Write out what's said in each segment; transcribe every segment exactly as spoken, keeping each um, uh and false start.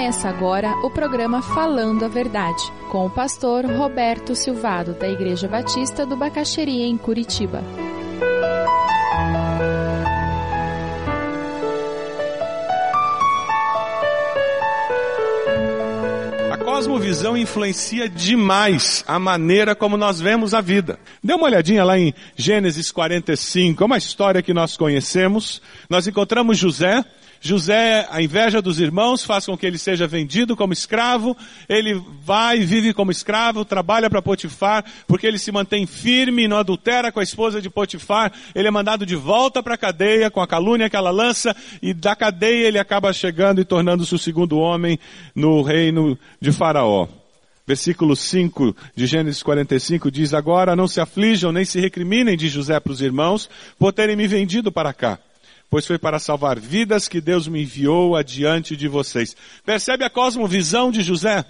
Começa agora o programa Falando a Verdade, com o pastor Roberto Silvado, da Igreja Batista do Bacaxeria, em Curitiba. A cosmovisão influencia demais a maneira como nós vemos a vida. Dê uma olhadinha lá em Gênesis quarenta e cinco, é uma história que nós conhecemos. Nós encontramos José. José, a inveja dos irmãos faz com que ele seja vendido como escravo. Ele vai e vive como escravo, trabalha para Potifar, porque ele se mantém firme e não adultera com a esposa de Potifar. Ele é mandado de volta para a cadeia com a calúnia que ela lança, e da cadeia ele acaba chegando e tornando-se o segundo homem no reino de Faraó. Versículo cinco de Gênesis quarenta e cinco diz: agora não se aflijam nem se recriminem de José para os irmãos por terem me vendido para cá, pois foi para salvar vidas que Deus me enviou adiante de vocês. Percebe a cosmovisão de José?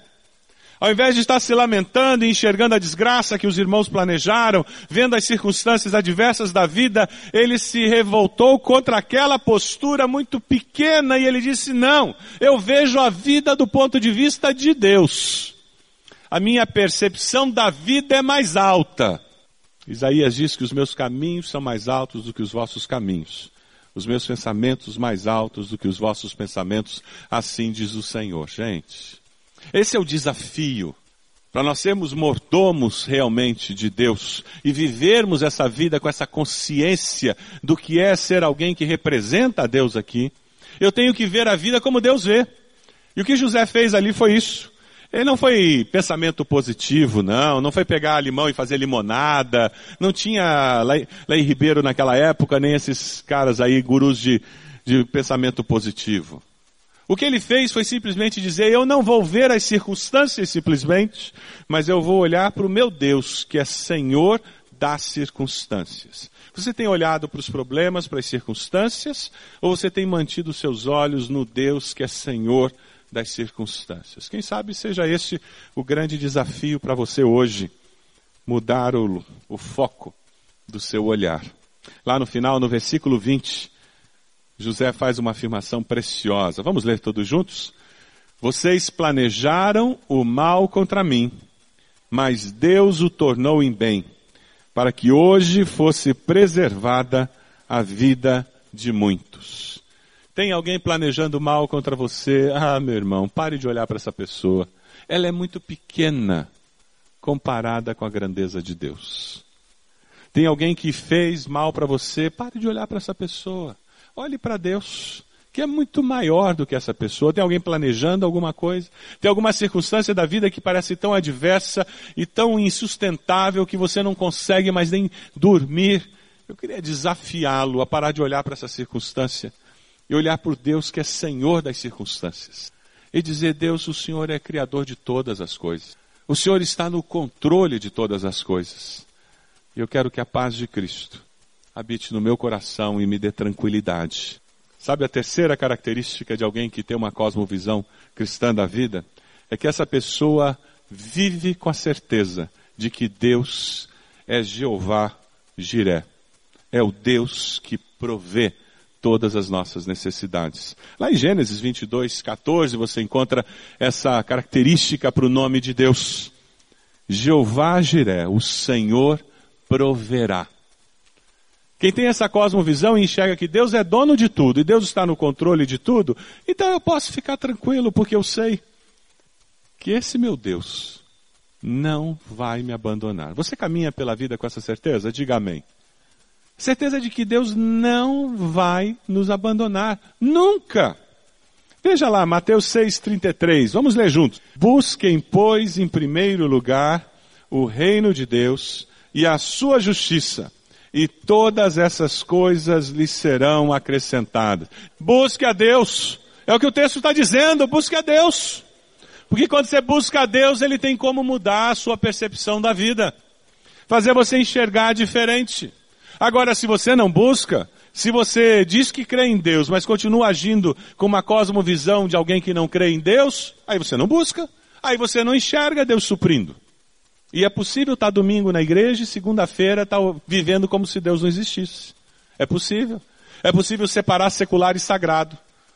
Ao invés de estar se lamentando e enxergando a desgraça que os irmãos planejaram, vendo as circunstâncias adversas da vida, ele se revoltou contra aquela postura muito pequena e ele disse: não, eu vejo a vida do ponto de vista de Deus. A minha percepção da vida é mais alta. Isaías diz que os meus caminhos são mais altos do que os vossos caminhos, os meus pensamentos mais altos do que os vossos pensamentos, assim diz o Senhor. Gente, esse é o desafio, para nós sermos mordomos realmente de Deus e vivermos essa vida com essa consciência do que é ser alguém que representa a Deus aqui. Eu tenho que ver a vida como Deus vê. E o que José fez ali foi isso. Ele não foi pensamento positivo, não, não foi pegar limão e fazer limonada, não tinha Lei Ribeiro naquela época, nem esses caras aí, gurus de, de pensamento positivo. O que ele fez foi simplesmente dizer: eu não vou ver as circunstâncias simplesmente, mas eu vou olhar para o meu Deus, que é Senhor das circunstâncias. Você tem olhado para os problemas, para as circunstâncias, ou você tem mantido seus olhos no Deus que é Senhor das circunstâncias? Quem sabe seja esse o grande desafio para você hoje, mudar o, o foco do seu olhar. Lá no final, no versículo vinte, José faz uma afirmação preciosa. Vamos ler todos juntos? Vocês planejaram o mal contra mim, mas Deus o tornou em bem, para que hoje fosse preservada a vida de muitos. Tem alguém planejando mal contra você? Ah, meu irmão, pare de olhar para essa pessoa. Ela é muito pequena comparada com a grandeza de Deus. Tem alguém que fez mal para você? Pare de olhar para essa pessoa. Olhe para Deus, que é muito maior do que essa pessoa. Tem alguém planejando alguma coisa? Tem alguma circunstância da vida que parece tão adversa e tão insustentável que você não consegue mais nem dormir? Eu queria desafiá-lo a parar de olhar para essa circunstância e olhar por Deus que é Senhor das circunstâncias. E dizer: Deus, o Senhor é Criador de todas as coisas. O Senhor está no controle de todas as coisas. E eu quero que a paz de Cristo habite no meu coração e me dê tranquilidade. Sabe a terceira característica de alguém que tem uma cosmovisão cristã da vida? É que essa pessoa vive com a certeza de que Deus é Jeová Jiré. É o Deus que provê todas as nossas necessidades. Lá em Gênesis vinte e dois, quatorze, você encontra essa característica para o nome de Deus. Jeová Jiré, o Senhor proverá. Quem tem essa cosmovisão e enxerga que Deus é dono de tudo e Deus está no controle de tudo, então eu posso ficar tranquilo, porque eu sei que esse meu Deus não vai me abandonar. Você caminha pela vida com essa certeza? Diga amém. Certeza de que Deus não vai nos abandonar. Nunca! Veja lá, Mateus seis, trinta e três. Vamos ler juntos. Busquem, pois, em primeiro lugar, o reino de Deus e a sua justiça, e todas essas coisas lhes serão acrescentadas. Busque a Deus. É o que o texto está dizendo, busque a Deus. Porque quando você busca a Deus, Ele tem como mudar a sua percepção da vida. Fazer você enxergar diferente. Agora, se você não busca, se você diz que crê em Deus, mas continua agindo com uma cosmovisão de alguém que não crê em Deus, aí você não busca, aí você não enxerga Deus suprindo. E é possível estar domingo na igreja e segunda-feira estar vivendo como se Deus não existisse. É possível. É possível separar secular e sagrado.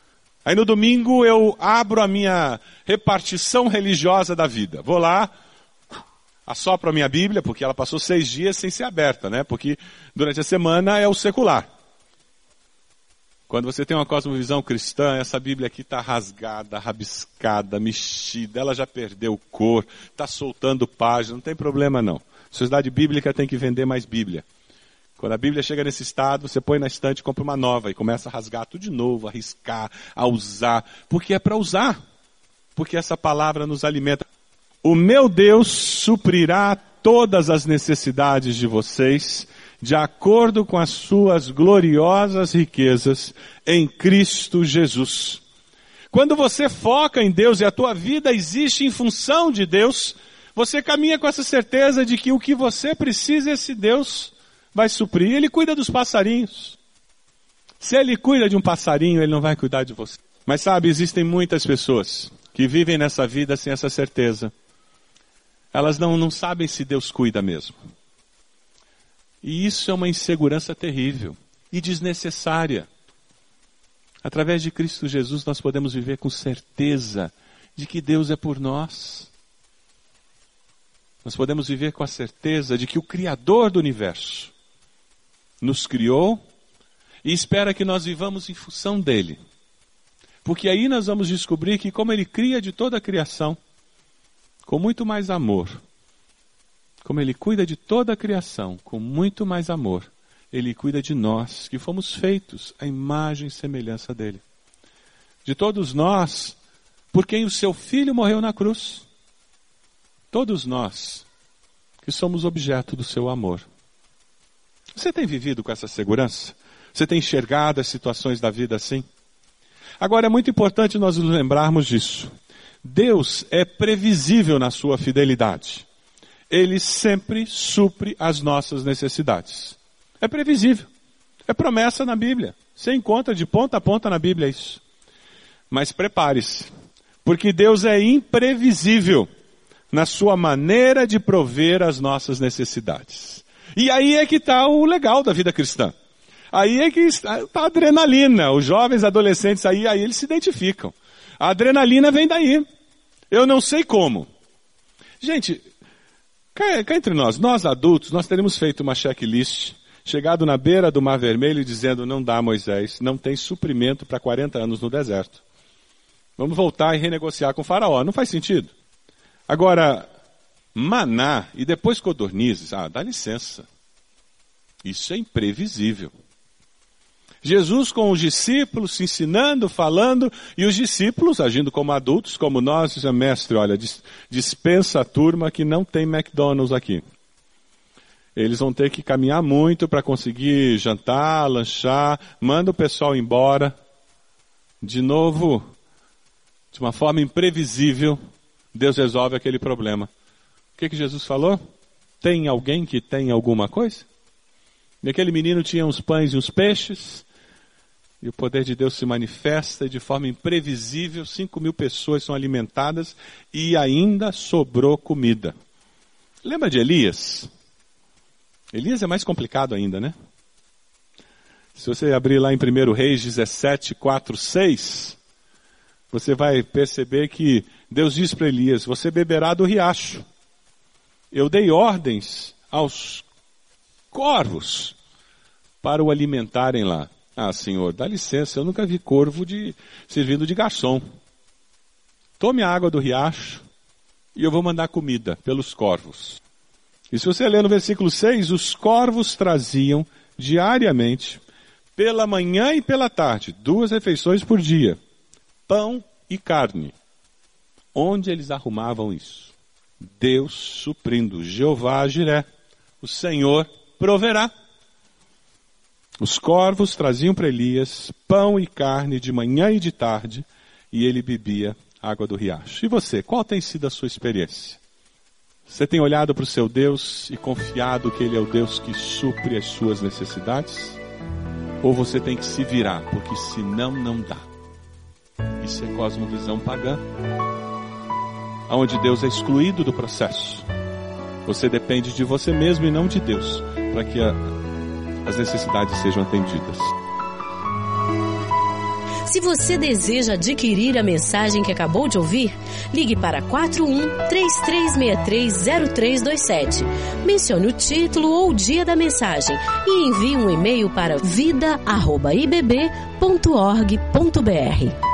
Aí no domingo eu abro a minha repartição religiosa da vida. Vou lá, assopro a minha Bíblia, porque ela passou seis dias sem ser aberta, né? Porque durante a semana é o secular. Quando você tem uma cosmovisão cristã, essa Bíblia aqui está rasgada, rabiscada, mexida, ela já perdeu cor, está soltando página, não tem problema não. A sociedade bíblica tem que vender mais Bíblia. Quando a Bíblia chega nesse estado, você põe na estante e compra uma nova e começa a rasgar tudo de novo, a riscar, a usar, porque é para usar, porque essa palavra nos alimenta. O meu Deus suprirá todas as necessidades de vocês, de acordo com as suas gloriosas riquezas em Cristo Jesus. Quando você foca em Deus e a tua vida existe em função de Deus, você caminha com essa certeza de que o que você precisa, esse Deus vai suprir. Ele cuida dos passarinhos. Se ele cuida de um passarinho, ele não vai cuidar de você. Mas sabe, existem muitas pessoas que vivem nessa vida sem essa certeza. Elas não, não sabem se Deus cuida mesmo. E isso é uma insegurança terrível e desnecessária. Através de Cristo Jesus nós podemos viver com certeza de que Deus é por nós. Nós podemos viver com a certeza de que o Criador do universo nos criou e espera que nós vivamos em função dele. Porque aí nós vamos descobrir que como ele cria de toda a criação, com muito mais amor, como ele cuida de toda a criação, com muito mais amor, ele cuida de nós, que fomos feitos à imagem e semelhança dele. De todos nós, por quem o seu Filho morreu na cruz. Todos nós, que somos objeto do seu amor. Você tem vivido com essa segurança? Você tem enxergado as situações da vida assim? Agora é muito importante nós nos lembrarmos disso. Deus é previsível na sua fidelidade. Ele sempre supre as nossas necessidades. É previsível. É promessa na Bíblia. Você encontra de ponta a ponta na Bíblia isso. Mas prepare-se, porque Deus é imprevisível na sua maneira de prover as nossas necessidades. E aí é que está o legal da vida cristã. Aí é que está a adrenalina. Os jovens adolescentes aí, aí eles se identificam. A adrenalina vem daí. Eu não sei como. Gente, cá, cá entre nós, nós adultos, nós teremos feito uma checklist, chegado na beira do Mar Vermelho e dizendo, não dá, Moisés, não tem suprimento para quarenta anos no deserto. Vamos voltar e renegociar com o faraó. Não faz sentido. Agora, maná e depois codornizes, ah, dá licença. Isso é imprevisível. Jesus com os discípulos se ensinando, falando, e os discípulos agindo como adultos, como nós, dizendo, mestre, olha, dispensa a turma que não tem McDonald's aqui. Eles vão ter que caminhar muito para conseguir jantar, lanchar, manda o pessoal embora. De novo, de uma forma imprevisível, Deus resolve aquele problema. O que que Jesus falou? Tem alguém que tem alguma coisa? E aquele menino tinha uns pães e uns peixes, e o poder de Deus se manifesta e de forma imprevisível, cinco mil pessoas são alimentadas e ainda sobrou comida. Lembra de Elias? Elias é mais complicado ainda, né? Se você abrir lá em primeiro Reis dezessete, quatro, seis, você vai perceber que Deus diz para Elias, você beberá do riacho. Eu dei ordens aos corvos para o alimentarem lá. Ah, Senhor, dá licença, eu nunca vi corvo de, servindo de garçom. Tome a água do riacho e eu vou mandar comida pelos corvos. E se você ler no versículo seis, os corvos traziam diariamente, pela manhã e pela tarde, duas refeições por dia, pão e carne. Onde eles arrumavam isso? Deus suprindo, Jeová Jiré, o Senhor proverá. Os corvos traziam para Elias pão e carne de manhã e de tarde, e ele bebia água do riacho. E você, qual tem sido a sua experiência? Você tem olhado para o seu Deus e confiado que Ele é o Deus que supre as suas necessidades? Ou você tem que se virar, porque senão não dá? Isso é cosmovisão pagã, onde Deus é excluído do processo. Você depende de você mesmo e não de Deus, para que a as necessidades sejam atendidas. Se você deseja adquirir a mensagem que acabou de ouvir, ligue para quatro um, três três seis três, zero três dois sete. Mencione o título ou o dia da mensagem e envie um e-mail para vida arroba i b b ponto org ponto b r.